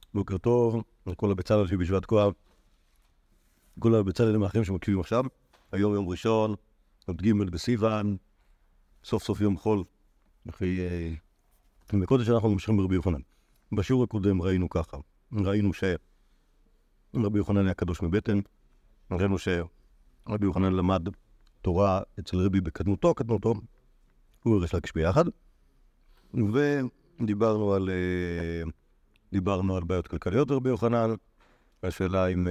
בוקר טוב, לכל הבצלאל שבשבט כואב, כל הבצלאלים האחרים שמקשיבים עכשיו. היום יום ראשון, עוד ג' בסיוון, סוף סוף יום חול. אחרי מקודם שאנחנו ממשיכים ברבי יוחנן. בשיעור הקודם ראינו ככה, ראינו שרבי יוחנן היה קדוש מבטן, ראינו שרבי יוחנן למד תורה אצל רבי בקדמותו, הוא וריש לקיש ביחד, ודיברנו על בעיות כלכליות רבי יוחנן, השאלה אם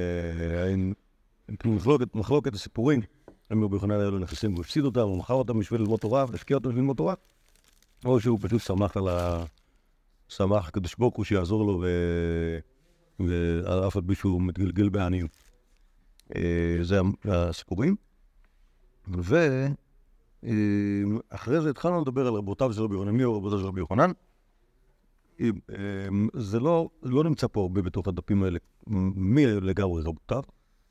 מחלוקת הסיפורים, אם רבי יוחנן היה לו נכסים והוא הפסיד אותם, הוא מכר אותם בשביל ללמוד תורה, והשקיע אותם בשביל ללמוד תורה, או שהוא פשוט שמח הקדוש ברוך הוא שיעזור לו, ואף על פי שהוא מתגלגל בעניות. זה הסיפורים. ואחרי זה התחלנו לדבר על רבותיו של רבי יוחנן. מי הוא רבותיו של רבי יוחנן? זה לא נמצא פה הרבה בתוך הדפים האלה. מי לגמרי רבותיו?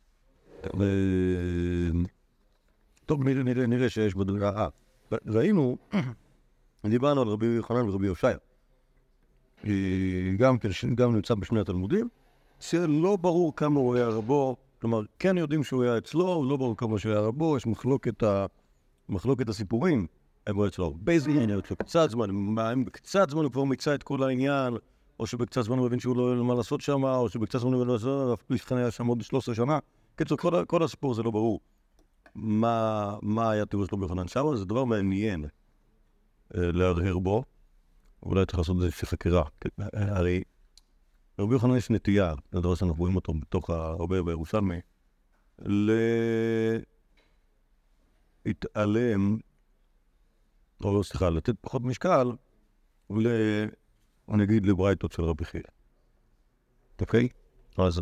טוב, נראה שיש בדרגה. ראינו, דיברנו על רבי יוחנן ורבי יושעיה. גם נמצא בשני התלמודים, שלא ברור כמה הוא היה רבו, כלומר, כן יודעים שהוא היה אצלו, לא ברור כמה שהוא היה רבו, יש מחלוקת הסיפורים, הם היו אצלו הרבה זמן, היו אצלו קצת זמן, אם בקצת זמן הוא כבר מיצה את כל העניין, או שבקצת זמן הוא מבין שהוא לא יודע מה לעשות שם, או שבקצת זמן הוא לא לעשות, הוא היה שם עוד 13 שנה, קיצור, כל הסיפור זה לא ברור. מה היה תיאור שלו ביוחנן שם? זה דבר מעניין להרהר בו, אולי צריך לעשות איזושהי חקירה, הרי רבי יוחנן יש נטייה, זה דבר שאנחנו רואים אותו בתוך הרבה בירושלמי, להתעלם, או סליחה, לתת פחות משקל, נגיד לברייתות של רבי חייא. אוקיי? אז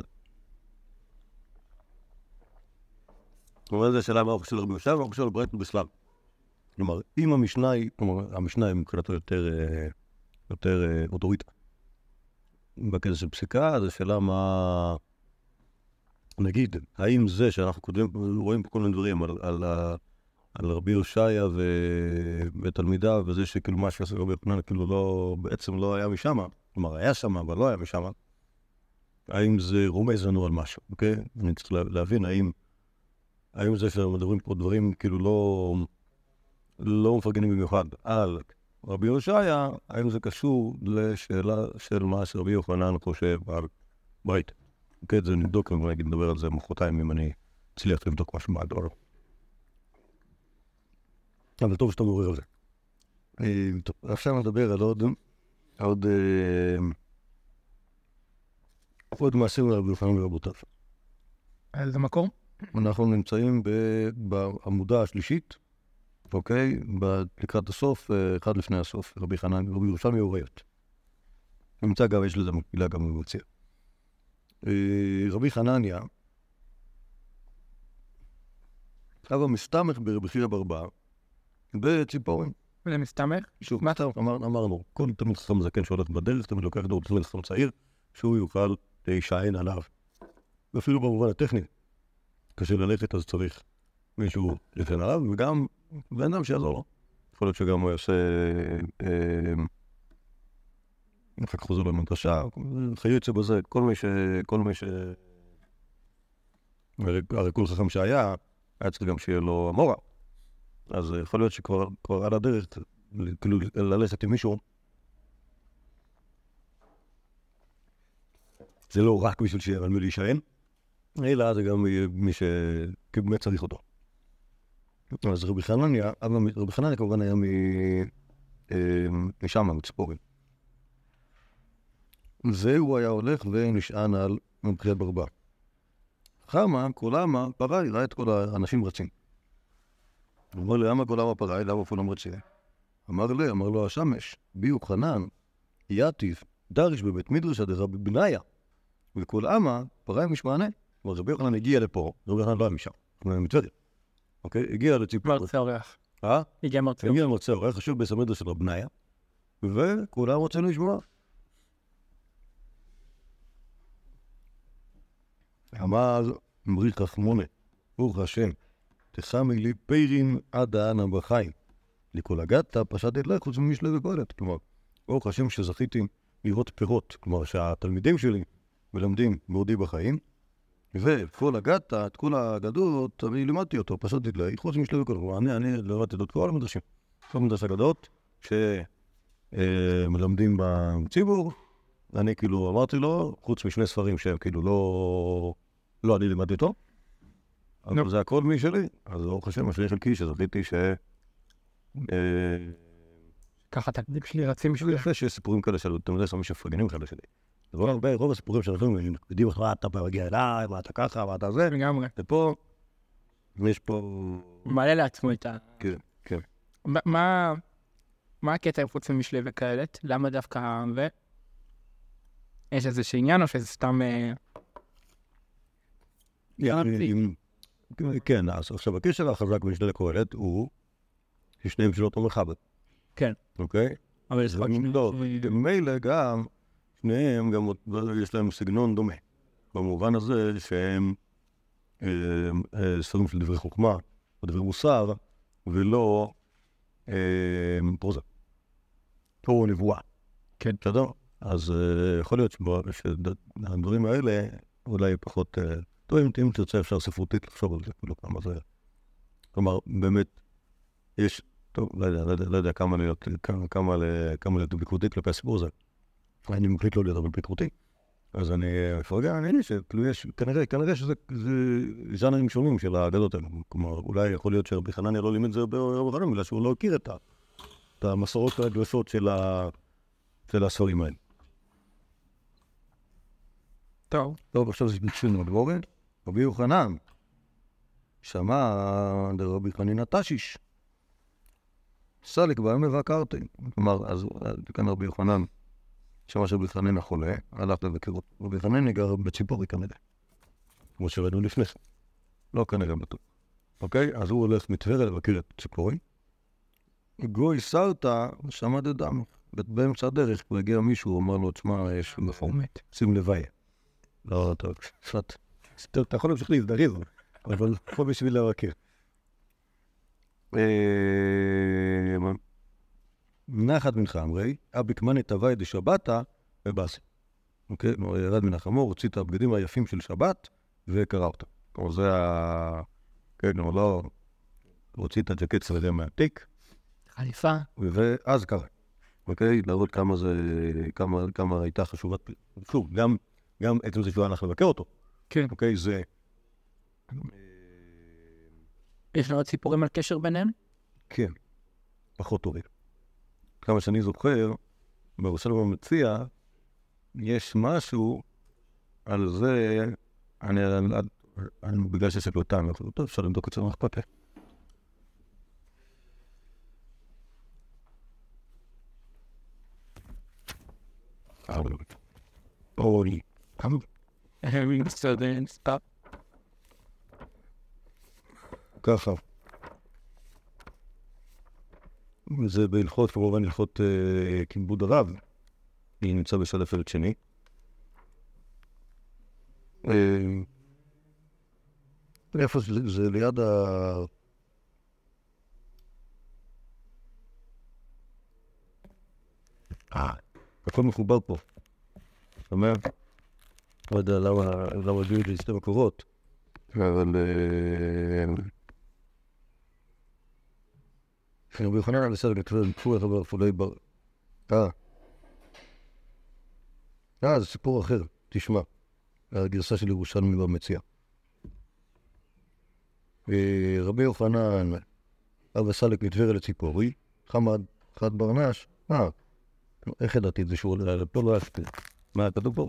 כלומר, זו השאלה מה הוא חושב לרבי יושעיה, והוא חושב לברייתות בסלאם. כלומר, אם המשנה היא מבחינתו יותר אוטוריטה. בקטע של פסיקה, זו שאלה מה... נגיד, האם זה שאנחנו רואים פה כל מיני דברים על רבי יושעיה ותלמידיו, וזה שכאילו מה שעשה רבי יוחנן כאילו בעצם לא היה משם, כלומר היה שם אבל לא היה משם, האם זה רומז לנו על משהו, אוקיי? אני צריך להבין האם זה שמדברים פה דברים כאילו לא מפרגנים במיוחד על רבי יושעיה, האם זה קשור לשאלה של מה שרבי יוחנן חושב על ברית. אוקיי, זה נבדוק, אני אגיד לדבר על זה מחרתיים אם אני אצליח לבדוק משהו מהדור. אבל טוב שאתה מעורר על זה. טוב, עכשיו נדבר על עוד מעשים על רבי יוחנן ורבותיו. איזה מקום? אנחנו נמצאים בעמודה השלישית, אוקיי, לקראת הסוף, אחד לפני הסוף, רבי ירושלמי אוריות. נמצא גם, יש לזה מקבילה גם במציע. רבי חנניה, אבא מסתמך ברבי חייא בר אבא, בציפורים. זה מסתמך? שוב, אמרנו, כל תמיד חכם זקן שהולך בדרך, תמיד לוקח דור תמיד חכם צעיר, שהוא יוכל להישען עליו. ואפילו במובן הטכני, קשה ללכת אז צריך מישהו להישען עליו, וגם בן אדם שיעזור לו. יכול להיות שגם הוא יעשה... אחר כך חוזר למדרשה, חיוצה בזה, כל מי ש... הרי כל חכם שהיה צריך גם שיהיה לו המורה. אז יכול להיות שכבר על הדרך, כאילו ללכת עם מישהו, זה לא רק בשביל שיהיה על מי להישען, אלא זה גם מי שבאמת צריך אותו. אז רבי חנניה כמובן היה משם, מצפורים. והוא היה הולך ונשען על רבי חייא בר אבא. חמה, כולמה, פראי, ראה את כל האנשים רצים. הוא אמר לי, למה כולמה פראי, למה כולם רצים? אמר לו השמש, בי יוחנן, יתיב, דריש בבית מדרש דרבי בניה, וכולמה, פראי משמענה. כלומר, רבי יוחנן הגיע לפה, רבי יוחנן לא היה משם, הוא מטבריה. אוקיי? הגיע לציפור. מרצה אורח. הגיע מרצה אורח, חשוב בית המדרש של רבי בניה, וכולם רוצים לשמוע. אמר אמרי חכמונה, ברוך השם, תחמי לי פירין עד האנה בחיים. לכל הגעת פשט את לך חוץ ממשלי ופועלת. כלומר, ברוך השם שזכיתי לראות פירות. כלומר, שהתלמידים שלי מלמדים בעודי בחיים, וכל הגתה, את כל האגדות, אני לימדתי אותו, פשוט לי, חוץ משלב וכל, אני למדתי את כל המדרשים. כל מדרש אגדות שמלמדים בציבור, אני כאילו אמרתי לו, חוץ משני ספרים שהם כאילו לא אני לימדתי אותו, אבל זה הכל מי שלי, אז ברוך השם, השני חלקי, שזכיתי ככה התלמידים שלי רצים בשביל... יפה שיש סיפורים כאלה של תלמידי סמים שמפרגנים אחד לשני. רוב הסיפורים שאנחנו יודעים איך אתה מגיע אליי, מה אתה ככה, מה אתה זה. לגמרי. ופה, יש פה... מעלה לעצמו את ה... כן, כן. מה הקטע עם חוץ ממשלי וכאלת? למה דווקא ו... יש איזשהו עניין או שזה סתם... כן, אז עכשיו הקשר החזק בין שני לקהלת הוא ששניהם של אותו מחבר. כן. אוקיי? אבל יש רק שני... לא, מילא גם, שניהם גם יש להם סגנון דומה. במובן הזה שהם ספרים של דברי חוכמה, או דברי מוסר, ולא פרוזה. או נבואה. כן. בסדר? אז יכול להיות שהדברים האלה אולי פחות... טוב, אם תרצה אפשר ספרותית לחשוב על זה, כאילו כמה זה... כלומר, באמת, יש... טוב, לא יודע כמה להיות ביקורתי כלפי הסיפור הזה. אני מקליט לא להיות אבל ביקורתי. אז אני מפרגן, אני שכאילו יש... כנראה שזה ז'אנרים שונים של האגדות האלה. כלומר, אולי יכול להיות שרבי חנניה לא לימד זה ברבי חנניה, בגלל שהוא לא הכיר את המסורות הגדולות של הספרים האלה. טוב, עכשיו זה בקשינו הדבורן. רבי יוחנן שמע דרבי חנינא תשיש. סליק בימי והכרתי. כלומר, אז כאן רבי יוחנן שמע שרבי חנינא חולה, הלך לבקר אותו. רבי חנינא גר בציפורי כנראה. כמו שראינו לפני כן. לא כנראה בטוח. אוקיי? אז הוא הולך מטבריה לבקר את ציפורי. גוי סרטה שמע דדם. באמצע הדרך, והגיע מישהו, הוא אמר לו, תשמע, יש מפורמת. שים לוויה. לא, טוב, קצת. אתה יכול להמשיך להזדריז, אבל פה בשביל להכיר. נחת מן חמרי, אביקמני תוואי דשבתא ובאסי. אוקיי? ירד מן החמור, הוציא את הבגדים היפים של שבת וקרא אותם. כלומר, זה כן, הוא לא... הוציא את הג'קט סרדי מהתיק. חליפה. ואז קרא. אוקיי? להראות כמה זה... כמה הייתה חשובת... שוב, גם עצם זה שהוא הלך לבקר אותו. כן. אוקיי, זה... יש לנו עוד סיפורים על קשר ביניהם? כן, פחות טובים. כמה שאני זוכר, בירושלים המציע, יש משהו על זה, אני בגלל שיש הקלטה, טוב, אפשר לבדוק את זה, מה אכפת לי. אוי, כמה? ככה. זה בהלכות, כמובן הלכות כיבוד הרב. היא נמצא בשלף אלת שני. איפה זה ליד הכל מחובר פה. זאת אומרת, לא יודע למה הביאו את זה לשתי מקורות, אבל... רבי יוחנן על הסדר כתוב פור החבר פולי בר... זה סיפור אחר, תשמע. הגרסה של ירושלמי במציע. רבי יוחנן אבא סלק מטבריה לציפורי, חמד ברנש, איך ידעתי את זה שהוא פה לא אהבתי? מה, כתוב פה?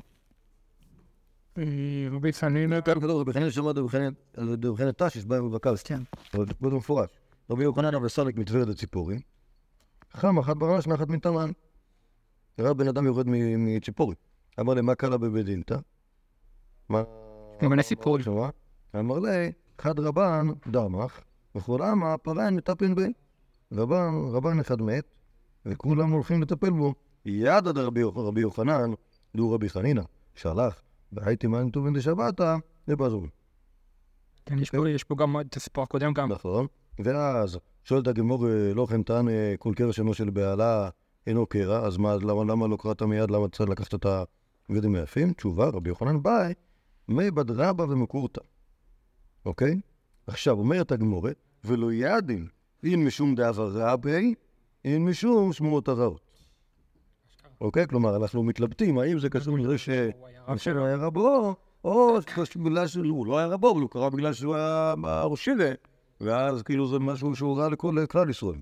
רבי חנינא כתוב, רבי חנינא שמע רבי חנינא תשיש, בא מבקר, כן. אבל זה פה מפורש. רבי יוחנן אבא סלק מטבריה לציפורי, חמד ברנש נחת מתמן. ראה בן אדם יורד מציפורי. אמר לי, מה קרה בבדינתא? מה סיפור. אמר לי, חד רבן דמך, וכל עמה פרעין מטפלין בי. רבן אחד מת, וכולם הולכים לטפל בו. יד עד רבי יוחנן, דו רבי חנינא, שהלך, והייתי מים טובים דשבתא, ובזול. כן, יש פה גם את הסיפור הקודם גם. נכון. ואז שואלת הגמור, לא כן טען כל קרע שנו של בעלה אינו קרע, אז מה, למה לא קראת מיד, למה צריך לקחת את בגדים יפים, תשובה, רבי יוחנן באי, מי בד רבא ומקורתא. אוקיי? עכשיו, אומרת הגמורה, ולא ידין, אין משום דאבר רבי, אין משום שמועות הרעות. אוקיי? כלומר, אנחנו מתלבטים, האם זה קשור לזה שהוא היה רבו, או בגלל שהוא לא היה רבו, אבל הוא קרא בגלל שהוא היה ראשילה, ואז כאילו זה משהו שהוא רע לכל כלל ישראל.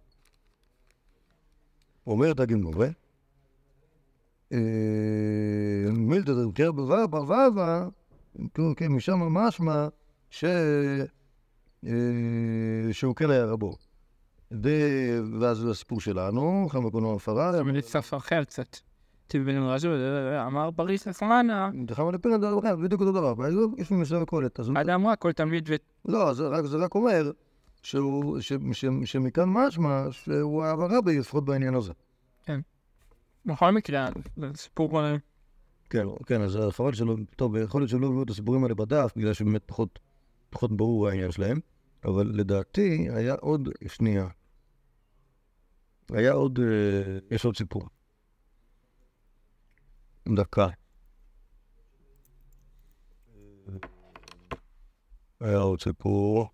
אומרת הגמורה, מילתא דרכר בבבא, משם משמע שהוא כן היה רבו. ואז זה הסיפור שלנו, חמא קונו המפרה. זה ספר אחר קצת. בן רז'ו אמר בריס לסמנה. חמא לפרן דבר אחר, בדיוק אותו דבר. יש לי מסוים קולת. עדה אמרה, כל תלמיד לא, זה רק אומר שמכאן משמע שהוא היה רבי לפחות בעניין הזה. כן. בכל מקרה, זה סיפור עליהם. כן, אז חבל שלא, טוב, יכול להיות שלא הביאו את הסיפורים האלה בדף, בגלל שבאמת פחות ברור העניין שלהם, אבל לדעתי היה עוד, שנייה, יש עוד סיפור. דקה. היה עוד סיפור.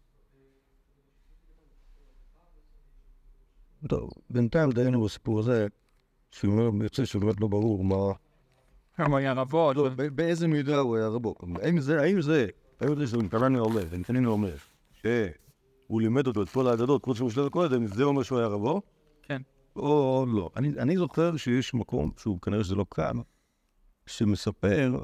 טוב, בינתיים דיינו בסיפור הזה, שיוצא שבאמת לא ברור מה... הוא היה רבו. באיזה מידה הוא היה רבו. האם זה שהוא נתנני אומר, שהוא לימד אותו את כל האגדות, כמו שהוא שלב קודם, זה אומר שהוא היה רבו? כן. או לא. אני זוכר שיש מקום, שהוא כנראה שזה לא כאן, שמספר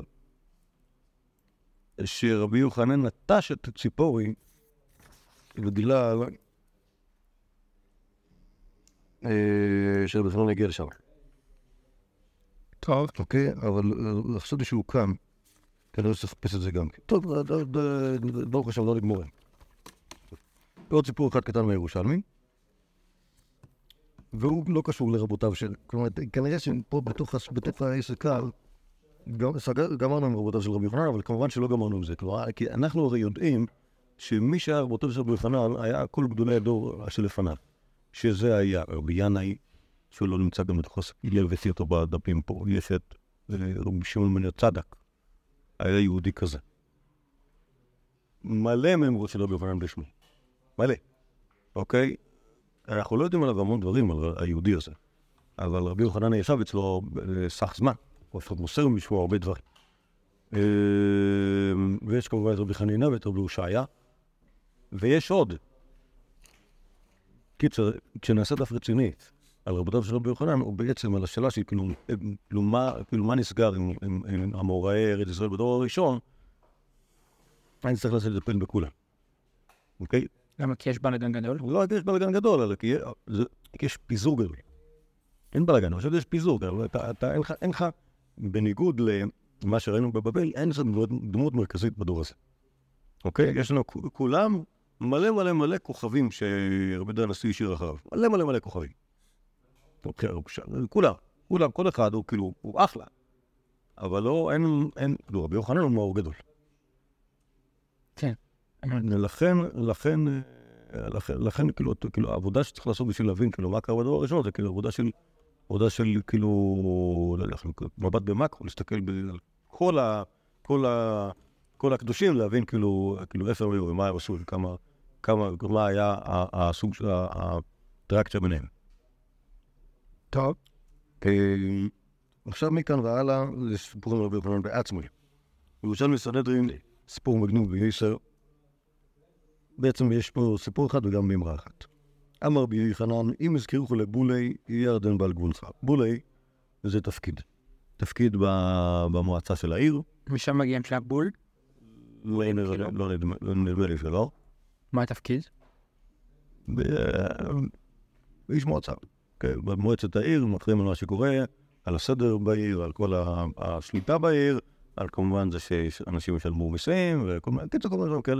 שרבי יוחנן נטש את ציפורי בגלל שבכלל נגיע לשם. טוב. אוקיי, אבל חשבתי שהוא קם, כנראה שתחפש את זה גם. טוב, ברוך השם, לא נגמור. עוד סיפור אחד קטן מהירושלמי, והוא לא קשור לרבותיו של... כלומר, כנראה שפה בתוך העסק קל, גמרנו עם רבותיו של רבי יוחנן, אבל כמובן שלא גמרנו עם זה. כלומר, כי אנחנו הרי יודעים שמי שהיה רבותיו של רבי יוחנן היה כל גדולי הדור שלפניו. שזה היה רבי ינאי, שהוא לא נמצא גם בתוך הסיפור, ותהיה אותו בדפים פה, יש את רבי שמעון בן צדק, היה יהודי כזה. מלא מאמרות של רבי יוחנן בשמו. מלא. אוקיי? אנחנו לא יודעים עליו המון דברים על היהודי הזה, אבל רבי יוחנן ישב אצלו סך זמן, הוא לפחות מוסר משמו הרבה דברים. ויש כמובן את רבי חנינא ואת רבי הושעיה, ויש עוד. קיצר, כשנעשה דף רצינית על רבותיו של רבי יוחנן, הוא בעצם על השאלה שהיא כאילו מה נסגר עם המוראי ארץ ישראל בדור הראשון, אני צריך לטפל בכולם. אוקיי? למה? כי יש בלגן גדול? לא, כי יש בלגן גדול, אלא כי יש פיזור גדול. אין בלגן, אבל יש פיזור גדול. אין לך, בניגוד למה שראינו בבבל, אין לך דמות מרכזית בדור הזה. אוקיי? יש לנו כולם מלא כוכבים שרבי דה הנשיא השאיר אחריו. מלא כוכבים. כולם, כל אחד הוא כאילו, הוא אחלה. אבל לא, אין, לא, רבי יוחנן הוא מאור גדול. כן. לכן כאילו העבודה שצריך לעשות בשביל להבין כאילו מה קרה בדור הראשון זה כאילו עבודה של כאילו מבט במקרו, להסתכל על כל הקדושים, להבין כאילו איפה הם היו ומה הם עשו, מה היה הסוג של האינטראקציה ביניהם. טוב. עכשיו מכאן והלאה זה סיפורים רבי יוחנן בעצמי. ירושלמי סנהדרין, סיפור מגנוב בישר. בעצם יש פה סיפור אחד וגם באמרה אחת. אמר רבי יוחנן, אם הזכירו לבולי, יהיה ירדן בעל גבולך. בולי זה תפקיד במועצה של העיר. משם מגיעים של הבול? לא נדמה לי שלא. מה התפקיד? איש מועצה. במועצת העיר מתחילים על מה שקורה, על הסדר בעיר, על כל השליטה בעיר, על כמובן זה שאנשים ישלמו מיסים, וכל מיני דברים כאלה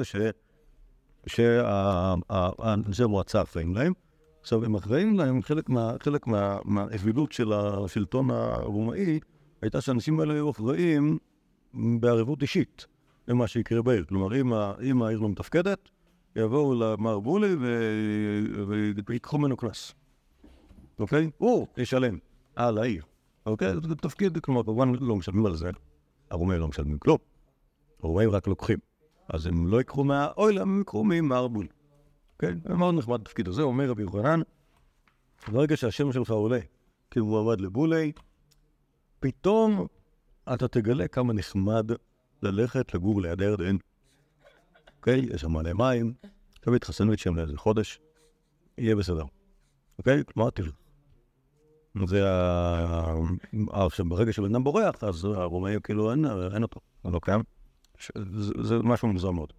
שאנשי המועצה אחראים להם. עכשיו, הם אחראים להם, חלק מהאווילות של השלטון הרומאי, הייתה שאנשים האלה היו אחראים בערבות אישית למה שיקרה בעיר. כלומר, אם העיר לא מתפקדת, יבואו למר בולי ויקחו ממנו קנס. אוקיי? הוא ישלם על העיר. אוקיי? זה תפקיד, כלומר, כמובן לא משלמים על זה. הרומאים לא משלמים כלום. הרומאים רק לוקחים. אז הם לא יקחו מהאוילם, הם יקחו ממערבול. כן? זה מאוד נחמד תפקיד הזה, אומר רבי יוחנן, ברגע שהשם שלך עולה כמועמד לבולי, פתאום אתה תגלה כמה נחמד ללכת לגור ליד הירדן. אוקיי? יש שם מלא מים, תביא תחסן שם לאיזה חודש, יהיה בסדר. אוקיי? כלומר, תלך. זה עכשיו, ברגע שבן אדם בורח, אז הרומאים כאילו אין אותו, הוא לא קיים. זה משהו מוזר מאוד.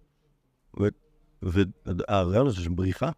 והרעיון הזה של בריחה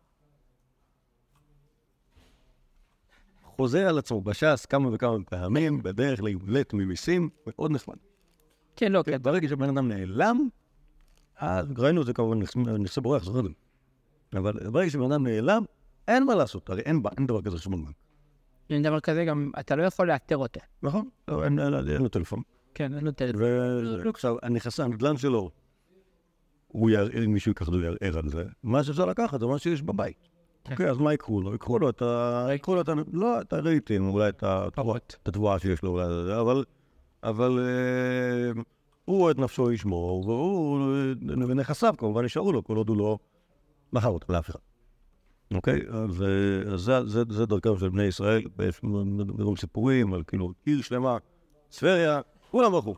חוזר על עצמו בש"ס כמה וכמה פעמים, בדרך להימלט ממיסים, מאוד נחמד. כן, לא, כן. ברגע שבן אדם נעלם, ראינו את זה כמובן נכסה בורח, זוכר. אבל ברגע שבן אדם נעלם, אין מה לעשות, הרי אין דבר כזה שמונה. אין דבר כזה, גם אתה לא יכול לאתר אותה. נכון, אין לו טלפון. כן, אין לו טלפון. ועכשיו, הנכסה, הנדל"ן שלו, הוא יערער, אם מישהו ייקח לו יערער על זה. מה שאפשר לקחת זה מה שיש בבית. אוקיי, אז מה יקחו לו? יקחו לו את הרהיטים, אולי את התבואה שיש לו, אבל הוא את נפשו ישמור, ונכסיו כמובן נשארו לו, כל עוד הוא לא מכר אותם לאף אחד. אוקיי? זה דרכם של בני ישראל, ברום סיפורים על כאילו עיר שלמה, ספריה, כולם ברחו.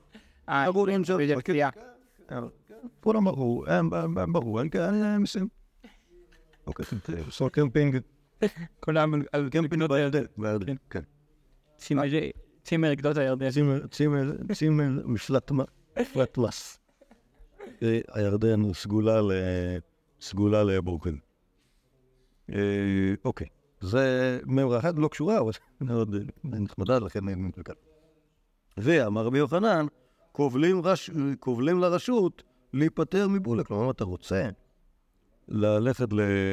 כולם ברחו, הם ברחו, אין מיסים. אוקיי, סור קמפינג. כולם על קמפינג בירדן, כן. צימר גדות הירדן. צימר מפלט מס. הירדן סגולה לבורקן. אוקיי, זה ממרה אחת לא קשורה, אבל מאוד נחמדה, לכן אני מתקל. ואמר רבי יוחנן, קובלים לרשות להיפטר מבולה. כלומר, אם אתה רוצה ללכת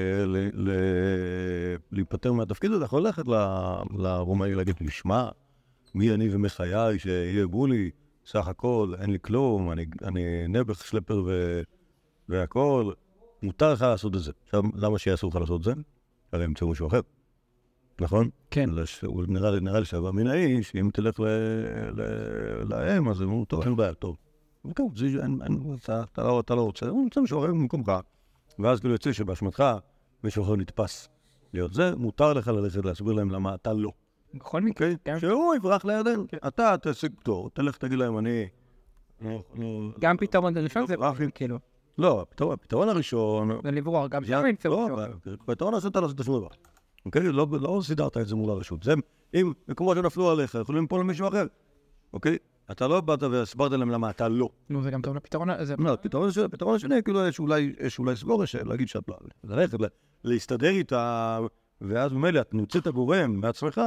להיפטר מהתפקיד, אתה יכול ללכת לרומאי להגיד, לשמע, מי אני ומחיי שיהיה בולי, סך הכל, אין לי כלום, אני נבח, שלפר והכל, מותר לך לעשות את זה. עכשיו, למה שיעשו לך לעשות את זה? הרי ימצאו משהו אחר, נכון? כן. נראה לי שהבא מן האיש, אם תלך להם, אז הם אומרים, טוב, אין בעיה, טוב. וכן, אתה לא רוצה, הוא נמצא משהו אחר במקומך. ואז כאילו יוצא שבאשמתך מישהו אחר נתפס להיות זה, מותר לך ללכת להסביר להם למה אתה לא. בכל מקרה, שהוא יברח לירדן. אתה תשיג פטור, תלך תגיד להם אני... גם פתרון הראשון זה כאילו. לא, הפתרון הראשון... זה לברוח, גם שם ימצאו. הפתרון הזה אתה לא עשית שום דבר. אוקיי? לא סידרת את זה מול הרשות. זה, אם מקומות שנפלו עליך, יכולים ליפול למישהו אחר. אוקיי? אתה לא באת והסברת להם למה אתה לא. נו, זה גם טוב לפתרון הזה. לא, הפתרון השני, כאילו, יש אולי סגור, להגיד שאת לא... ללכת, להסתדר איתה, ואז ממילא, את נמצאת הגורם מעצמך,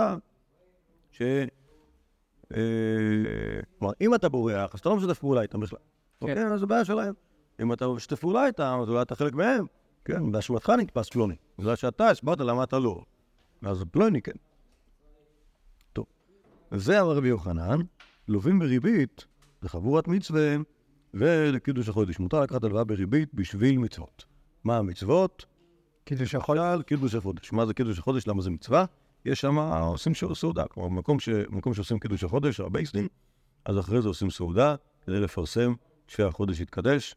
כלומר, אם אתה בורח, אז אתה לא משתף פעולה איתם בכלל. אוקיי? אז זה בעיה שלהם. אם אתה משתף פעולה איתם, אז אולי אתה חלק מהם. כן, באשמתך נתפס פלוני. בגלל שאתה הסברת למה אתה לא. אז פלוני, כן. טוב. זה אמר רבי יוחנן, לווים בריבית לחבורת מצווה ולקידוש החודש. מותר לקחת הלוואה בריבית בשביל מצוות. מה המצוות? קידוש החודש. קידוש החודש. מה זה קידוש החודש? למה זה מצווה? יש שם, עושים סעודה. כלומר, במקום שעושים קידוש החודש, הבייסטים, אז אחרי זה עושים סעודה כדי לפרסם שהחודש יתקדש.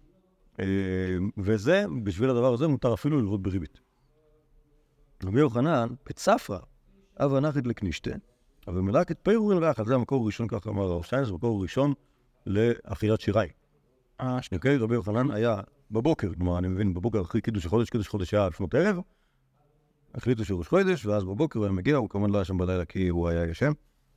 וזה, בשביל הדבר הזה, מותר אפילו ללוות בריבית. רבי יוחנן, בצפרא, הווה נחית לקנישתא, אבל מלאקת פירורין ואכל, זה המקור הראשון, ככה אמר הרב שטיינזלץ, המקור הראשון לאכילת שיריים. אוקיי, רבי יוחנן היה בבוקר, כלומר, אני מבין, בבוקר אחרי קידוש החודש היה לפנות ערב, החליטו שראש חודש, ואז בבוקר הוא היה מגיע, הוא כמובן לא היה שם בלילה כי הוא היה ישן.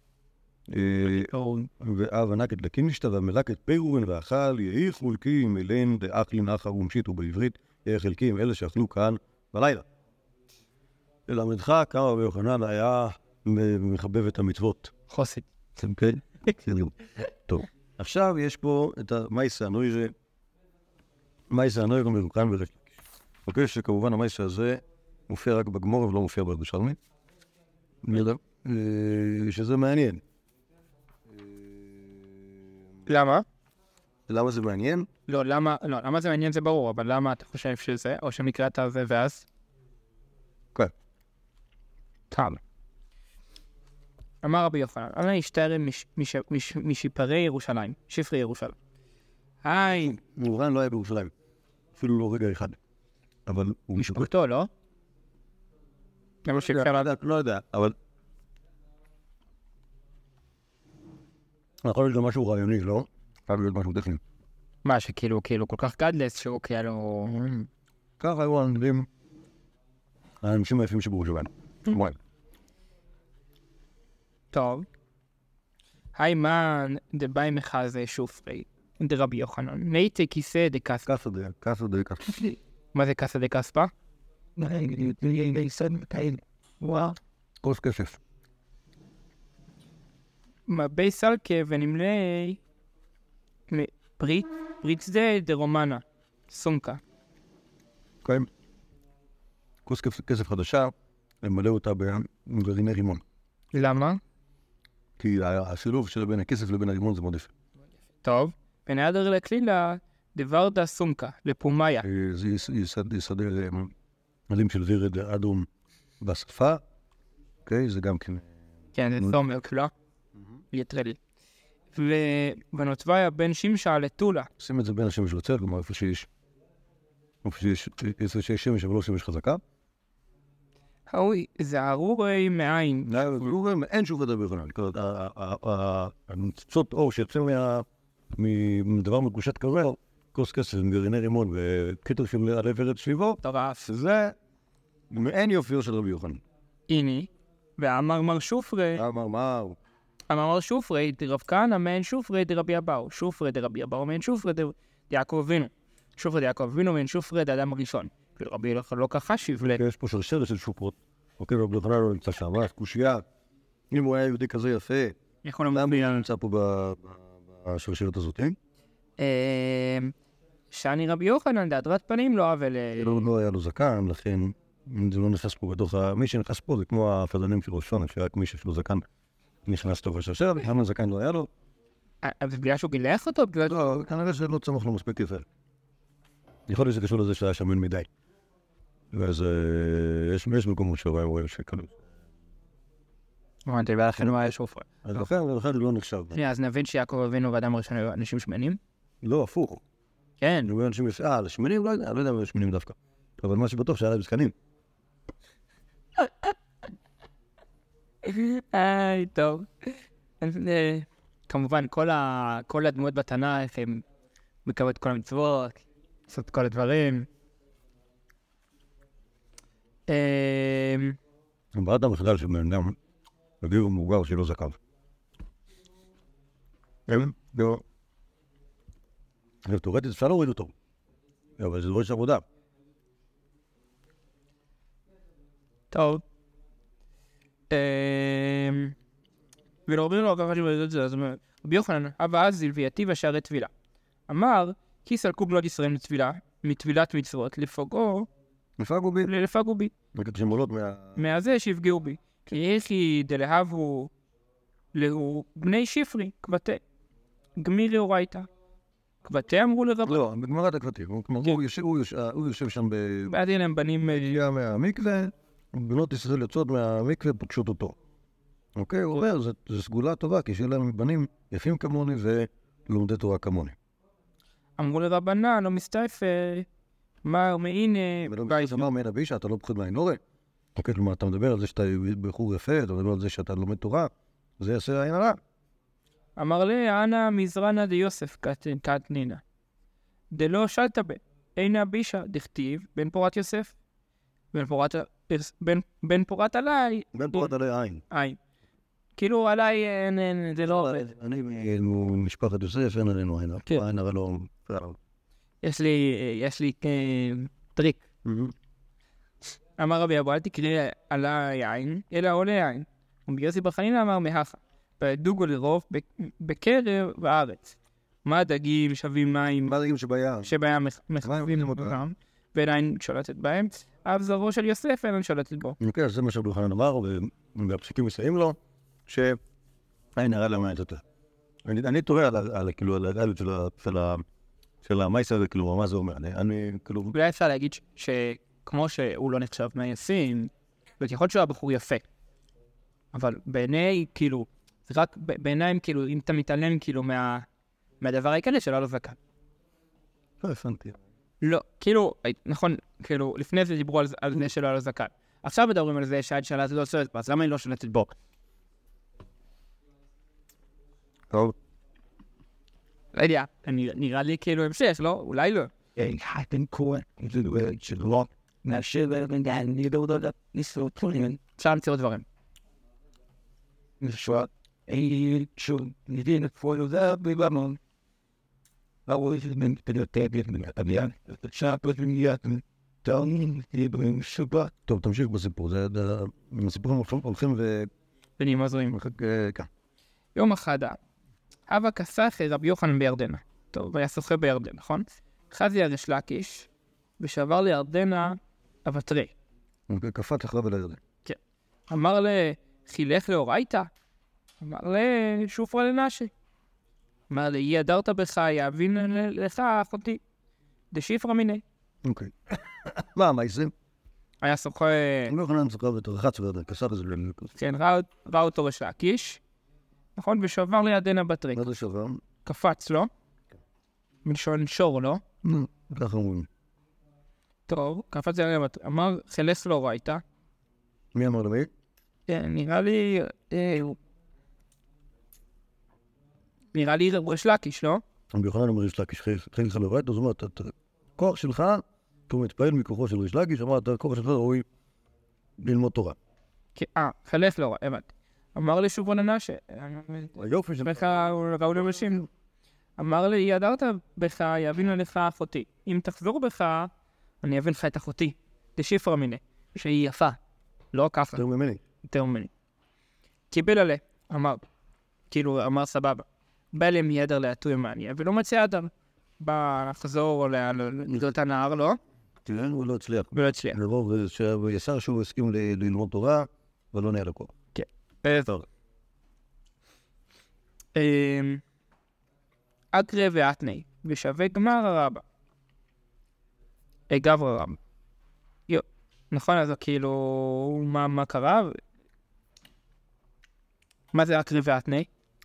ואב הנקת לקנישתא והמלאקת פירורין ואכל, יהי חולקים אלין דאכלין אחר ומשית, ובעברית יהי חלקים אלה שאכלו כאן בלילה. ללמדך כמה רבי יוחנן היה מחבב את המצוות. חוסי. כן? טוב. עכשיו יש פה את המייסה הנוירה, מייסה הנוירה מרוקן וריש לקיש. אוקיי, שכמובן המייסה הזה מופיע רק בגמור ולא מופיע בירושלמי. שזה מעניין. למה? למה זה מעניין? לא, למה זה מעניין זה ברור, אבל למה אתה חושב שזה, או שמקראת זה ואז? כן. טוב. אמר רבי יוחנן, אנא ישתער משפרי ירושלים, שפרי ירושלים. היי. מובן לא היה בירושלים, אפילו לא רגע אחד. אבל הוא משפחתו, לא? למה שאפשר לדעת? לא יודע, אבל... יכול להיות גם משהו רעיוני, לא? חייב להיות משהו טכני. מה, שכאילו כל כך גדלס שהוא כאילו... ככה היו האנשים היפים שבירושלים. טוב. היי מן דבאי מחזה שופרי דרבי יוחנן. נייטי כיסא דקספא. קסה דקספא. מה זה קסא דקספא? כוס כסף. מבי סלקה ונמלי ברית שדה דרומנה. סומקה. כן. כוס כסף חדשה, למלא אותה בגרעיני רימון. למה? כי השילוב של בין הכסף לבין הרימון זה מאוד יפה. טוב. ונעדר לכלילה דוורדה סומקה, לפומיה. זה יסדר עלים של ורד אדום בשפה. אוקיי, זה גם כן... כן, זה סומק, לא? ליטרלי. ונותביה בן שמשה לטולה. שים את זה בין השמש לצל, כלומר איפה שיש שמש אבל לא שמש חזקה. אוי, זה ארורי מעין. אין שוב ודאי ביוחנן. הניצוצות אור שיוצא מדבר מקושט כזה, כוס כסף עם גרעיני רימון וכתר של עלי ורד סביבו, טרף. זה מעין יופיו של רבי יוחנן. הנה, ואמר מר שופרי, אמר אמר שופרי דרב כהנא מעין שופרי דרבי אבאו, שופרי דרבי אבאו מעין שופרי דיעקב אבינו, שופרי דיעקב אבינו מעין שופרי דאדם הראשון. רבי לא ככה שיבלה. יש פה שרשרת של שופרות. אוקיי, רבי יוחנן לא נמצא שם, קושייה. אם הוא היה יהודי כזה יפה, למה הוא נמצא פה בשרשרת הזאת? שאני רבי יוחנן דהדרת פנים לא אבל... לא היה לו זקן, לכן זה לא נכנס פה בתוך מי שנכנס פה זה כמו הפזנים של ראשון, שרק מי שיש לו זקן נכנס טוב בשרשרת, למה זקן לא היה לו? אבל בגלל שהוא גילח אותו? לא, כנראה שלא צמח לו מספיק יפה. יכול להיות שקשור לזה שהיה שמן מדי. ואז יש מקומות שרואים שכאילו... אמרתי, ולכן הוא היה שופרי. אז לכן הוא לא נחשב. אז נבין שיעקב אבינו ואדם הראשון היו אנשים שמנים? לא, הפוך. כן. היו אנשים יפים, לשמנים? לא יודע אם היו שמנים דווקא. אבל מה שבטוח שהיה להם זקנים. טוב. כמובן, כל הדמות בתנ"ך הם מקבלות כל המצוות, לעשות כל הדברים. בעד המחדל של בן אדם, בגיר ומבוגר שלא זקן. לא. תאורטית אפשר להוריד אותו. אבל זה דורש עבודה. טוב. ולרבי לא ככה שבאמת את זה, אז רבי יוחנן, אבא עזיל ויתיב השערי טבילה. אמר, כי סלקו בנות ישראל מטבילת מצוות, לפגעו בי. מהזה שיפגעו בי. כי יחי דלהבו להו בני שפרי, כבתי. גמירי אורייתא. כבתי אמרו לרב. לא, בגמרת הכבתי. הוא יושב שם בעד אלה הם בנים... מהמקווה, בנות ישראל יוצאות מהמקווה פוגשות אותו. אוקיי, הוא אומר, זו סגולה טובה, כי שיהיה להם בנים יפים כמוני ולומדי תורה כמוני. אמרו לרבנן, לא מסתעף, מר מהנה... אמר מעין אבישע, אתה לא פחד מהעין הורה. אוקיי, כלומר, אתה מדבר על זה שאתה בחור יפה, אתה מדבר על זה שאתה לומד תורה, זה יעשה עין הרע. אמר לי, אנא מזרנה דיוסף קטנינה. דלא שלטה אין אבישע, דכתיב, בן פורת יוסף. בן פורת עליי... בן פורת עליי עין. כאילו עליי זה לא עובד. אני משפחת יוסף, אין עלינו עין. עין הרי לא... יש לי טריק. אמר רבי אבו, אל תקריא עליי עין, אלא עולה עין. וביוסי בר חנינא אמר מהכה. בדוגו לרוב בקרב בארץ. מה הדגים שווים מים? מה הדגים שבים? שבים מחווים אותם, ואין עין שולטת בהם. אב זרעו של יוסף אין שולטת בו. אוקיי, אז זה מה שרבי יוחנן אמר, והפסוקים מסייעים לו, שאין הרע למעט יותר. אני תוהה על הגלות של המייסה הזה, כאילו, מה זה אומר? אני, כאילו... אולי אפשר להגיד שכמו שהוא לא נחשב מהיפים, יכול להיות שהוא היה בחור יפה. אבל בעיני, כאילו, זה רק בעיניים, כאילו, אם אתה מתעלם, כאילו, מהדבר העיקרי שלא זקן. לא הבנתי. לא, כאילו, נכון, כאילו, לפני זה דיברו על זה שלא זקן. עכשיו מדברים על זה שעד שלט לא שולט בו, אז למה היא לא שולטת בו? טוב. לא יודע, נראה לי כאילו המשך, לא? אולי לא. אפשר למצוא דברים. טוב, תמשיך בסיפור. הסיפורים הולכים בנים עוזרים. כאן. יום אחד, אבא כסח רבי יוחנן בירדנה. טוב, היה שוחה בירדן, נכון? חזי הריש לקיש, ושבר לירדנה אבטרי. קפץ אחריו אל הירדן. כן. אמר חילך לאורייתא? אמר שופרה לנשי. אמר אי הדרת בך, יאבין לך אחותי. דשיפרה מיני. אוקיי. מה זה? היה שוחה... לא יכולים שוחה ותרחץ וירדן, כסף איזה... כן, ראה אותו ריש לקיש. נכון? ושבר לירדנה אבטרי. מה זה שבר? קפץ, לא? מלשון שור, לא? ככה אומרים. טוב, קפץ לירדנה אבטרי. אמר חילך לאורייתא. מי אמר למי? נראה לי ריש לקיש, לא? רבי יוחנן אומר ריש לקיש, חילך לאורייתא, זאת אומרת, הכוח שלך, הוא מתפעל מכוחו של ריש לקיש, אמרת, הכוח שלך ראוי ללמוד תורה. חילך לאורייתא, הבנתי. אמר לי שופרה לנשי. היופי של... בך ראו לנשים. אמר לי, אי הדרת בך, יאבין לך אחותי. אם תחזור בך, אני אבין לך את אחותי. דשיפרה מיני, שהיא יפה. לא ככה. יותר ממני. יותר ממני. קיבל עליה, אמר. כאילו, אמר סבבה. בא להם ידר להטוי מעניין, ולא מצא אדם. בא לחזור לגדול את הנהר, לא? תראה, הוא לא הצליח. ולא הצליח. לרוב שישר שהוא הסכים ללמוד תורה, ולא נהיה לכוח. כן. טוב. אקרא ואתני, ושווה גמר הרבה. גברא רב. נכון, אז כאילו, מה קרה? מה זה אקרא ואתני?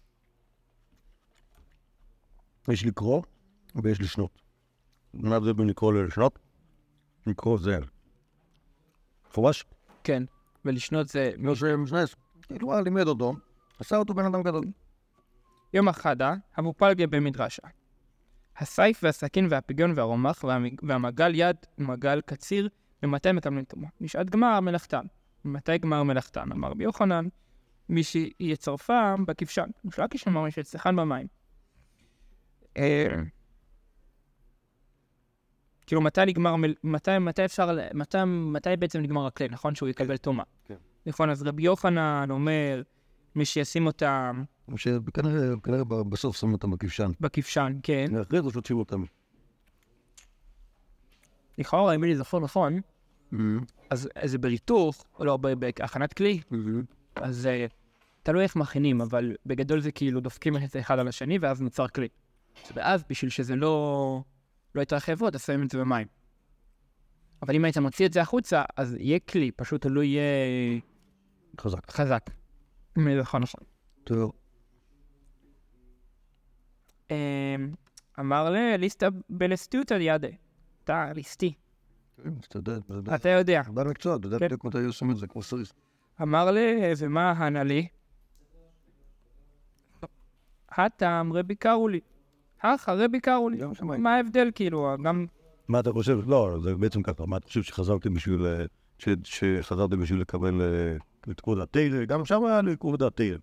יש לקרוא ויש לשנות. מה זה בין לקרוא ללשנות? לקרוא זה פורש? כן, ולשנות זה... משנס. כאילו, לימד אותו, עשה אותו בן אדם גדול. יום אחד, המופלגיה במדרשה. הסייף והסכין והפגיון והרומח והמגל יד ומגל קציר, ומתי מקבלים תרומה? משעת גמר מלאכתן. ומתי גמר מלאכתן? אמר רבי יוחנן, מי שיצרפם בכבשן. ריש לקיש אמר מי שיצחן במים. כאילו מתי בעצם נגמר הכלי, נכון? שהוא יקבל תרומה. כן. נכון, אז רבי יוחנן אומר, מי שישים אותם... כנראה בסוף שמים אותם בכבשן. בכבשן, כן. אחרי זה שותשים אותם. לכאורה, אם אני זוכר נכון, אז זה בריתוך, או לא, בהכנת כלי, אז תלוי איך מכינים, אבל בגדול זה כאילו דופקים את זה אחד על השני, ואז נוצר כלי. ואז בשביל שזה לא יתרחב עוד, אז שמים את זה במים. אבל אם היית מוציא את זה החוצה, אז יהיה כלי, פשוט לא יהיה... חזק. נכון. טוב. אמר ליסטה בלסטוטה ידה. אתה ליסטי. אתה יודע. בעל מקצוע, אתה יודע בדיוק מתי עושים את זה, כמו סריס. אמר לי, ומה ענה לי? הטעם רבי קראו לי. רבי קראו לי. מה ההבדל כאילו? גם... מה אתה חושב? לא, זה בעצם ככה. מה אתה חושב שחזרתי בשביל לקבל את כבוד התהילה? גם שם היה לי כבוד התהילה.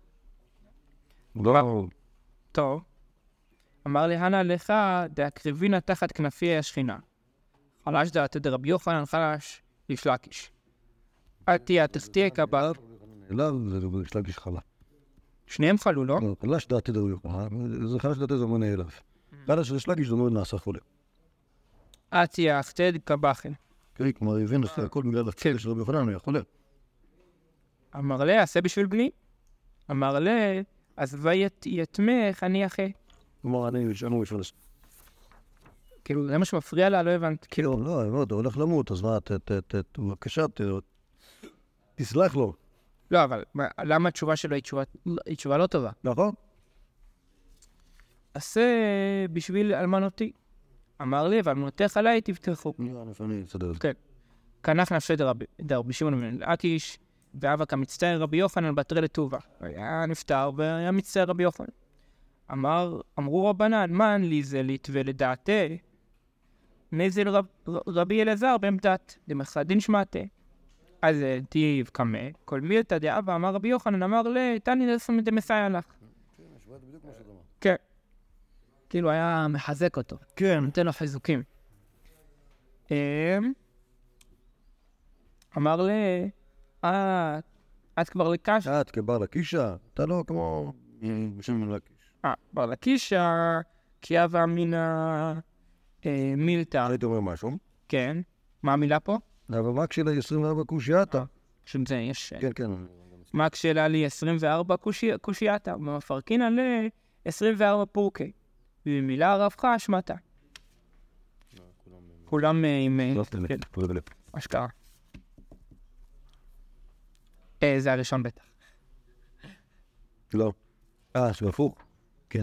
לא. טוב. אמר לי, הנה לך, דהקריבינה תחת כנפי השכינה. חלש דעתי דרבי יוחנן חלש ריש לקיש. תהיה תחתיה קבל. לא, זה ריש לקיש חלה. שניהם חלו, לא? חלש דעתי דרבי יוחנן. זה חלש דעתי זה מונה אליו. חלש ריש לקיש זה מאוד נעשה חולה. תהיה תחתיה קבחן. כן, כלומר, הבין הכל בגלל הצדק של רבי יוחנן, הוא היה חולה. אמר לי, עשה בשביל בני. אמר לי, אז ויתמך אני אחי. כלומר, אני מפרנס. כאילו, זה מה שמפריע לה, לא הבנת. כאילו, לא, אתה הולך למות, אז מה, בבקשה, תסלח לו. לא, אבל למה התשובה שלו היא תשובה לא טובה? נכון? עשה בשביל אלמנותי. אמר לי, ואלמנותיך עליי תבטחו. אני אסדר את זה. כן. כנף נפשי דרבי שמעון בן לקיש, ואבא כמצטער רבי יוחנן בתרי לטובה. היה נפטר והיה מצטער רבי יוחנן. אמרו רבנן, מן לי זה לתווה לדעתי, נזל רבי אלעזר בעמדת, דמחדין שמעתה. אז תיב קמה, כל מילתא דאבא אמר רבי יוחנן, אמר תני לסום דמסייע לך. כן. כאילו היה מחזק אותו. כן. נותן לו חיזוקים. אמר לי, את כבר לקיש? את כבר לקישה? אתה לא כמו בשם לקיש. כבר לקישה, כי אבא אמינא מילתא. הייתי אומר משהו. כן. מה המילה פה? אבל מה כשלה 24 קושייתה? פשוט זה יש... כן, כן. מה כשלה לי 24 קושייתה? ומפרקינא לי 24 פורקי. ובמילה הרווחה אשמתה. כולם עם... אשכרה. זה הראשון בטח. לא. זה הפוך. כן.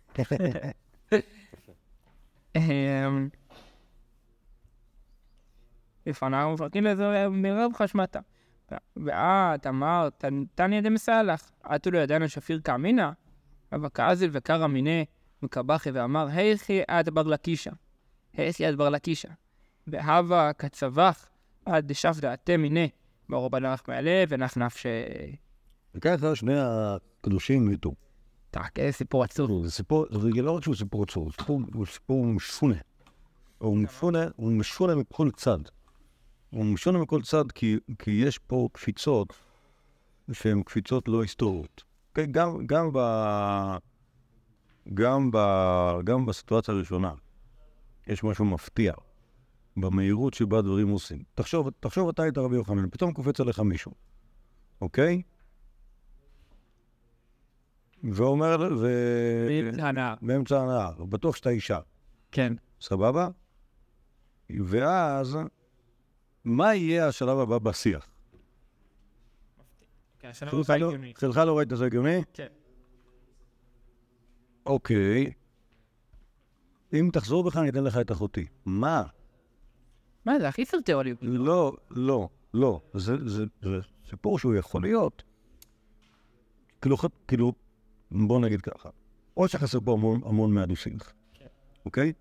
לפניו מפרקין לזה מרווחה אשמתה. ואת אמרת, תני ידי מסייע לך. את לא ידענו שפיר כאמינה, אבל כאזל וקרא מיני מקבחי ואמר, היכי עד בר לקישה. היכי עד בר לקישה. והווה כצבח עד דשף דעתי מיני. באור בנח מעלה ונח נפש... וככה שני הקדושים מתו. איזה סיפור עצוב. זה לא רק שהוא סיפור עצוב, הוא סיפור משונה. הוא משונה מכל צד. הוא משונה מכל צד כי יש פה קפיצות שהן קפיצות לא היסטוריות. גם בסיטואציה הראשונה יש משהו מפתיע במהירות שבה דברים עושים. תחשוב אתה היית רבי יוחנן, פתאום קופץ עליך מישהו, אוקיי? ואומר... באמצע הנהר. באמצע הנהר, בטוח שאתה אישה. כן. סבבה? ואז, מה יהיה השלב הבא בשיח? חלך לא ראית זה הגיוני? כן. אוקיי. אם תחזור בך, אני אתן לך את אחותי. מה? מה זה? הכי סרטאולי. לא. זה סיפור שהוא יכול להיות. כאילו, בוא נגיד ככה. או שחסר פה המון מהדו-שיח. אוקיי?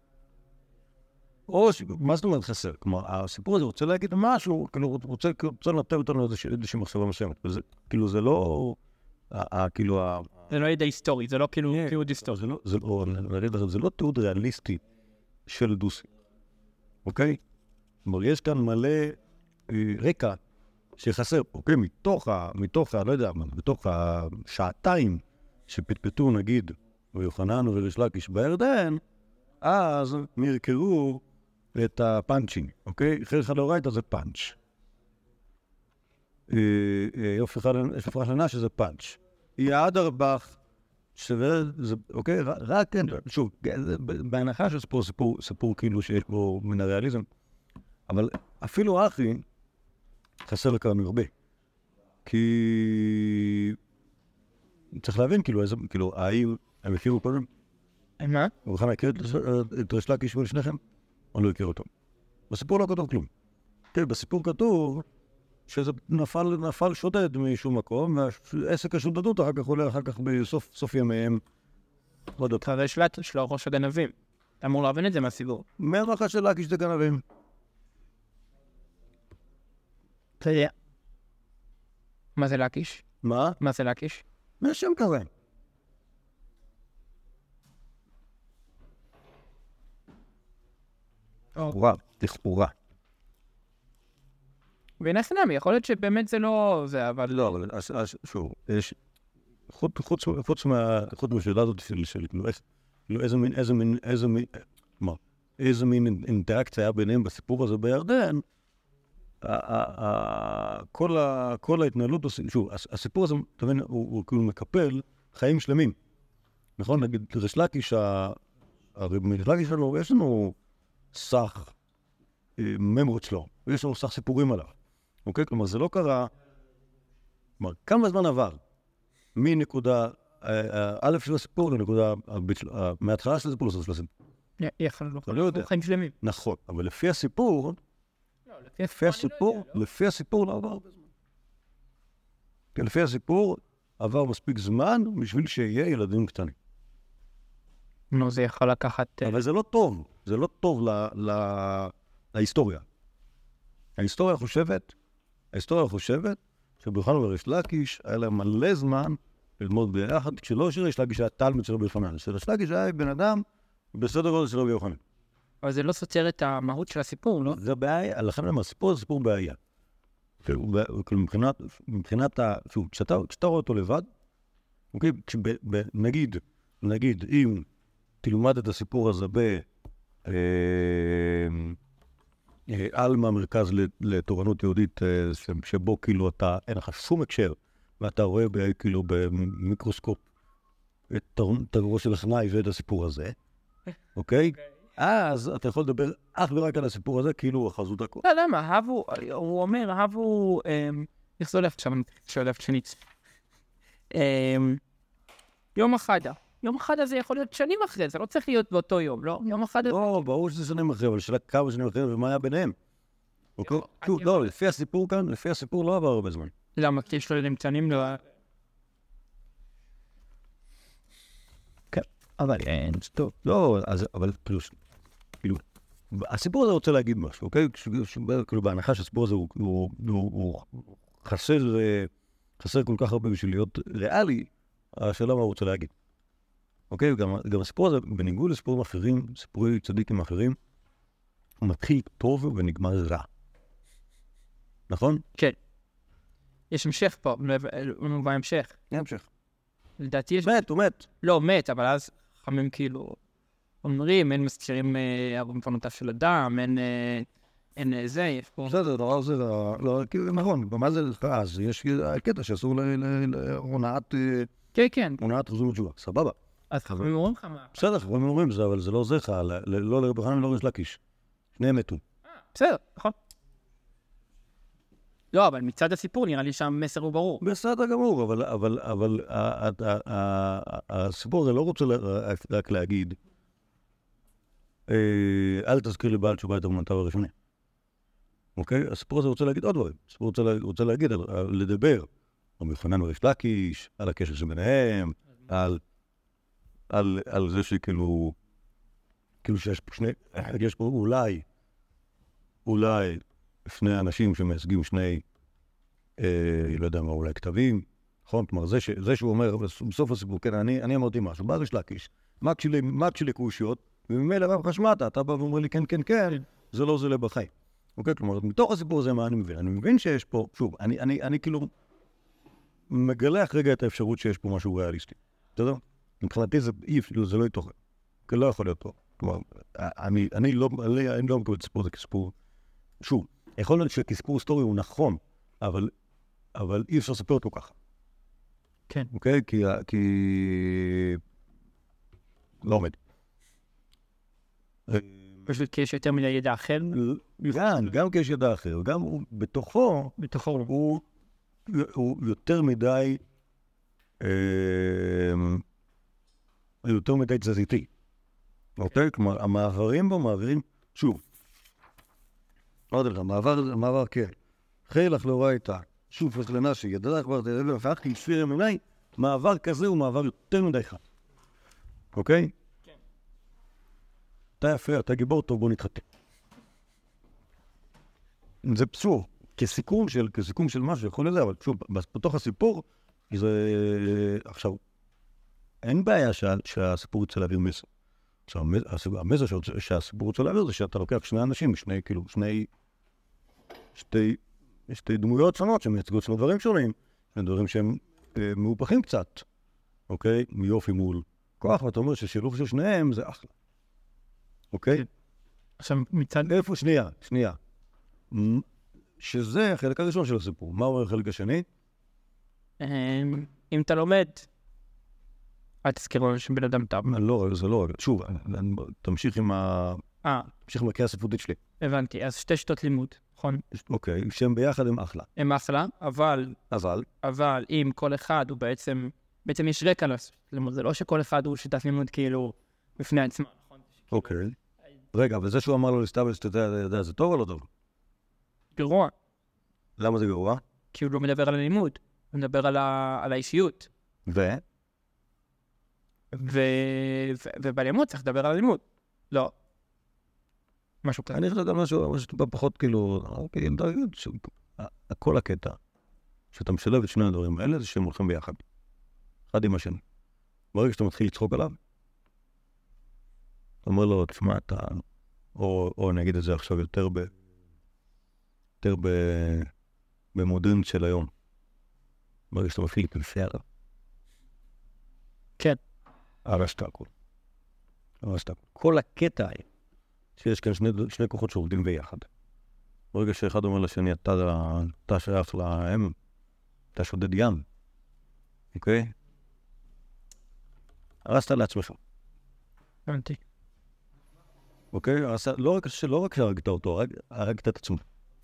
מה זאת אומרת חסר? כלומר, הסיפור הזה רוצה להגיד משהו, כאילו, רוצה לנתב אותנו איזושהי מחשבה מסוימת. כאילו, זה לא... זה לא ידע היסטורי, זה לא כאילו תיעוד היסטורי. זה לא תיעוד ריאליסטי של דו-שיח. אוקיי? כלומר, יש כאן מלא רקע שחסר, אוקיי? מתוך השעתיים שפטפטו, נגיד, ויוחנן וריש לקיש בירדן, אז נרקרו את הפאנצ'ים, אוקיי? חלק לא ראית, זה פאנץ'. יש הפרש לנה שזה פאנץ'. יעד הרבח, שזה, אוקיי? רק, שוב, בהנחה שזה פה סיפור כאילו שיש בו מן הריאליזם, אבל אפילו אחי חסר לכאן הרבה. כי צריך להבין, כאילו, האם הם הכירו קודם? מה? הוא בכלל הכיר את ריש לקיש ולשניכם? או לא הכיר אותו? בסיפור לא כתוב כלום. כן, בסיפור כתוב שזה נפל שודד משום מקום, והעסק השודדות אחר כך עולה אחר כך בסוף ימיהם. אחרי יש לו ראש הגנבים. אתה אמור להבין את זה מהסיפור. מהרחה של לקיש זה גנבים. מה זה לקיש? מה? מה זה לקיש? מהשם כזה. לכאורה. והנה חינמי, יכול להיות שבאמת זה לא זה, אבל... לא, אבל שוב, חוץ מהשאלה הזאת של איזה מין אינטראקציה היה ביניהם בסיפור הזה בירדן, כל ההתנהלות, שוב, הסיפור הזה, אתה מבין, הוא כאילו מקפל חיים שלמים. נכון? נגיד, ריש לקיש, מריש לקיש שלו, יש לנו סך ממרות שלו, ויש לנו סך סיפורים עליו. אוקיי? כלומר, זה לא קרה כלומר, כמה זמן עבר מנקודה א' של הסיפור לנקודה מההתחלה של הסיפור לסוף של הסיפור. לא יודע. חיים שלמים. נכון, אבל לפי הסיפור, לפי הסיפור לא עבר הרבה זמן. לפי הסיפור עבר מספיק זמן בשביל שיהיה ילדים קטנים. נו, זה יכול לקחת... אבל זה לא טוב, זה לא טוב להיסטוריה. ההיסטוריה חושבת שביוחנן וריש לקיש היה להם מלא זמן ללמוד ביחד, כשלא שריש לקיש היה תלמיד שלו ביוחנן, שריש לקיש היה בן אדם בסדר גודל שלו ביוחנן. אבל זה לא סותר את המהות של הסיפור, לא? זה בעיה, לכן הסיפור זה סיפור בעיה. מבחינת, כשאתה רואה אותו לבד, נגיד, אם תלמד את הסיפור הזה עלמא מרכז לתורנות יהודית, שבו כאילו אין לך שום הקשר, ואתה רואה כאילו במיקרוסקופ את הראש של החנאי ואת הסיפור הזה, אוקיי? אז אתה יכול לדבר אך ורק על הסיפור הזה, כאילו הוא חזות הכל. לא, למה? הוא אומר, הבו... איך זה הולך עכשיו? אני שואל שנית. יום אחד הזה יכול להיות שנים אחרי, זה לא צריך להיות באותו יום, לא? יום אחד הזה... לא, ברור שזה שנים אחרי, אבל שאלה כמה שנים אחרי ומה היה ביניהם. לא, לפי הסיפור כאן, לפי הסיפור לא עבר הרבה זמן. למה? כי יש לו ילדים קטנים, לא... כן, אבל אין, טוב. לא, אבל כאילו, הסיפור הזה רוצה להגיד משהו, אוקיי? כאילו, בהנחה שהסיפור הזה הוא חסר כל כך הרבה בשביל להיות ריאלי, השאלה מה הוא רוצה להגיד. אוקיי? גם הסיפור הזה, בניגוד לסיפורים אחרים, סיפורי צדיקים אחרים, הוא מתחיל טוב ונגמר רע. נכון? כן. יש המשך פה, הוא מביא המשך. המשך. לדעתי יש... הוא מת. לא, מת, אבל אז חמים כאילו... אומרים, אין מזכירים מפנותיו של אדם, אין זה, יש פה... בסדר, דבר זה, לא, נכון, במה זה אז יש קטע שאסור להונאת... כן. הונאת חזור ותשובה, סבבה. אז חברים אומרים לך מה? בסדר, חברים אומרים זה, אבל זה לא עוזר לך, לא לרבי חנן ולא ריש לקיש. שניהם מתו. בסדר, נכון. לא, אבל מצד הסיפור נראה לי שהמסר הוא ברור. בסדר גמור, אבל הסיפור הזה לא רוצה רק להגיד, אל תזכיר לי בעל תשובה את אמונתיו הראשונים. אוקיי? הסיפור הזה רוצה להגיד עוד דברים. הסיפור רוצה להגיד, לדבר על יוחנן וריש לקיש, על הקשר שביניהם, על זה שכאילו שיש פה יש פה אולי שני אנשים שמייצגים שני, לא יודע מה, אולי כתבים, נכון? כלומר, זה שהוא אומר בסוף הסיפור, כן, אני אמרתי משהו, בא ריש לקיש, מק שלי קושיות, וממילא רב חשמטה, אתה בא ואומר לי כן, זה לא זולה בחיים. אוקיי? כלומר, מתוך הסיפור הזה מה אני מבין? אני מבין שיש פה, שוב, אני כאילו מגלח רגע את האפשרות שיש פה משהו ריאליסטי. אתה יודע? מבחינתי זה לא יתוכן. כי לא יכול להיות פה. כלומר, אני לא מקבל את הסיפור הזה כסיפור. שוב, יכול להיות שכסיפור היסטורי הוא נכון, אבל אי אפשר לספר אותו ככה. כן. אוקיי? כי לא עומד. פשוט כי יש יותר מדי ידע אחר? גם כי יש ידע אחר, גם בתוכו הוא יותר מדי תזזיתי. אוקיי? כלומר, המעברים בו מעבירים, שוב, אמרתי לך, מעבר כן. חילך לא ראית, שוב פסלנה שידע כבר תלבל, ואחר כספיר ימיני, מעבר כזה הוא מעבר יותר מדי חד. אוקיי? כן. אתה יפה, אתה גיבור טוב, בוא נתחתן. זה פסור, כסיכום של משהו, יכול לזה, אבל שוב, בתוך הסיפור, זה... עכשיו, אין בעיה שהסיפור יצא להעביר מסר. עכשיו, המסר שהסיפור יצא להעביר זה שאתה לוקח שני אנשים, שתי דמויות שונות שמייצגות שני דברים שונים, שני דברים שהם מאופחים קצת, אוקיי? מיופי מול כוח, ואתה אומר ששילוב של שניהם זה אחלה. אוקיי? עכשיו, מצד... איפה? שנייה. שזה החלק הראשון של הסיפור. מה אומר החלק השני? אם אתה לומד, אל תזכיר לו שבן אדם טוב. לא, זה לא. שוב, תמשיך עם הקריאה הספרותית שלי. הבנתי. אז שתי שיטות לימוד. נכון? אוקיי, שהם ביחד הם אחלה. הם אחלה, אבל? אבל אם כל אחד הוא בעצם יש רקע ללימוד, זה לא שכל אחד הוא שיטת לימוד כאילו בפני עצמה, נכון? אוקיי. רגע, וזה שהוא אמר לו להסתבל שאתה יודע, זה טוב או לא טוב? גרוע. למה זה גרוע? כי הוא לא מדבר על הלימוד, הוא מדבר על האישיות. ובלימוד צריך לדבר על הלימוד. לא. משהו כזה. אני חושב גם משהו פחות כאילו, כל הקטע, שאתה משלב את שני הדברים האלה, זה שהם הולכים ביחד. אחד עם השני. ברגע שאתה מתחיל לצחוק עליו, אתה אומר לו, תשמע, או אני אגיד את זה עכשיו יותר במודרנית של היום. ברגע שאתה מתחיל להתנסה עליו. כן. הרשת הכל. כל הקטע היא, שיש כאן שני כוחות שעובדים ביחד. ברגע שאחד אומר לשני, אתה שייך להם, אתה שודד ים. אוקיי? הרסת לעצמך. הבנתי. אוקיי? לא רק שהרגת אותו, הרגת את עצמך.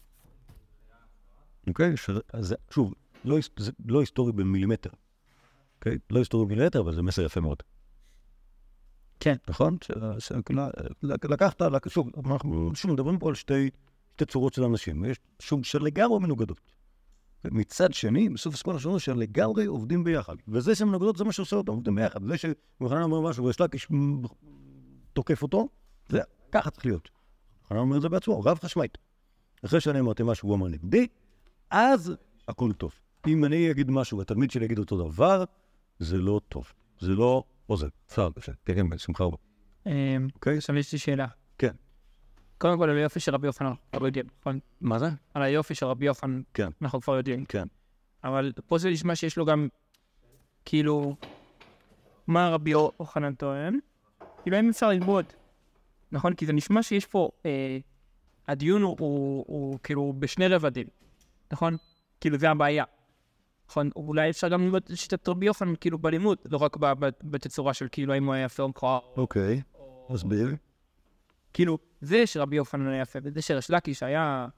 אוקיי? אז שוב, זה לא היסטורי במילימטר. אוקיי? לא היסטורי במילימטר, אבל זה מסר יפה מאוד. כן. נכון? לקחת, שוב, אנחנו מדברים פה על שתי צורות של אנשים. יש שוב של לגמרי מנוגדות. מצד שני, בסוף הספר השונה של לגמרי עובדים ביחד. וזה שמנוגדות זה מה שעושה אותם, עובדים ביחד. זה שמוכנן אומר משהו ושלקיש תוקף אותו, זה ככה צריך להיות. אני אומר את זה בעצמו, רב חשמית. אחרי שאני אמרתי משהו, הוא אמר נגדי, אז הכל טוב. אם אני אגיד משהו והתלמיד שלי יגיד אותו דבר, זה לא טוב. זה לא עוזר. אפשר, כן, בשמחה רבה. אוקיי? עכשיו יש לי שאלה. כן. קודם כל, על היופי של רבי יוחנן, אנחנו יודעים, נכון? מה זה? על היופי של רבי יוחנן, כן. אנחנו כבר יודעים. כן. אבל פה זה נשמע שיש לו גם, כאילו, מה רבי יוחנן טוען? כאילו, אם אפשר ללמוד, נכון? כי זה נשמע שיש פה, הדיון הוא כאילו בשני רבדים, נכון? כאילו, זה הבעיה. נכון? אולי אפשר גם ללמוד שיטת רבי יוחנן, כאילו, בלימוד, לא רק בתצורה של כאילו, האם הוא היה יפה או מכוער. אוקיי, מסביר. כאילו, זה שרבי יוחנן היה יפה, וזה שריש לקיש היה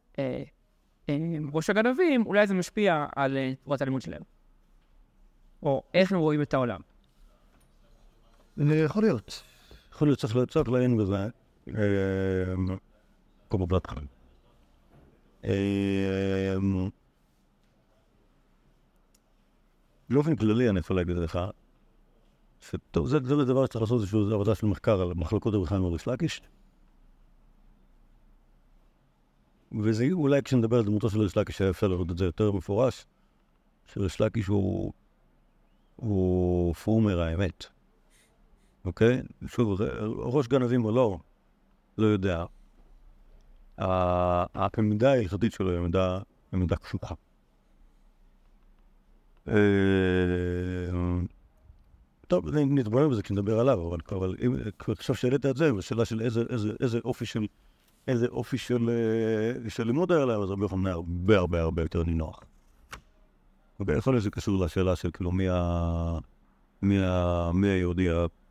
ראש הגנבים, אולי זה משפיע על תורת הלימוד שלהם. או איך הם רואים את העולם. יכול להיות. יכול להיות, צריך לעיין בזה. כמו בלת חיים. באופן כללי אני יכול להגיד לך, טוב, זה דבר שצריך לעשות איזושהי עבודה של מחקר על מחלקות רבי חיים וריש לקיש. וזה אולי כשנדבר על דמותו של ריש לקיש היה אפשר לראות את זה יותר מפורש, שריש לקיש הוא פרומר האמת. אוקיי? שוב, ראש גנבים או לא, לא יודע. העמדה ההלכתית שלו היא עמדה קשוחה. טוב, נתבונן בזה כשנדבר עליו, אבל אם עכשיו שאלת את זה, בשאלה של איזה אופי של לימוד היה להם, אז רבי יוחנן הרבה יותר נינוח. יכול להיות שזה קשור לשאלה של כאילו מי היהודי,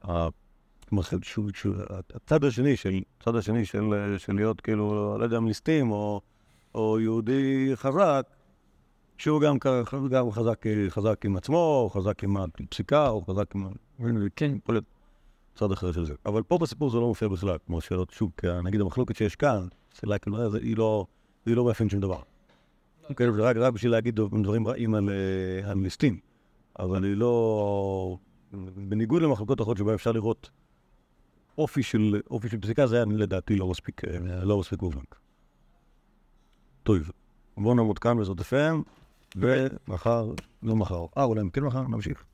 הצד השני של להיות כאילו, לא יודע, ליסטים או יהודי חזק, שהוא גם חזק עם עצמו, או חזק עם הפסיקה, או חזק עם... כן, יכול להיות צד אחר של זה. אבל פה בסיפור זה לא מופיע בכלל, כמו שאלות שוב, נגיד המחלוקת שיש כאן, שאלה כאילו, היא לא מאפין שום דבר. זה רק בשביל להגיד דברים רעים על ליסטים, אבל היא לא... בניגוד למחלוקות אחרות שבה אפשר לראות אופי של פסיקה, זה היה לדעתי לא מספיק מובנק. טוב, בואו נעמוד כאן בעזרת FM, ומחר, לא מחר, אולי כן מחר, נמשיך.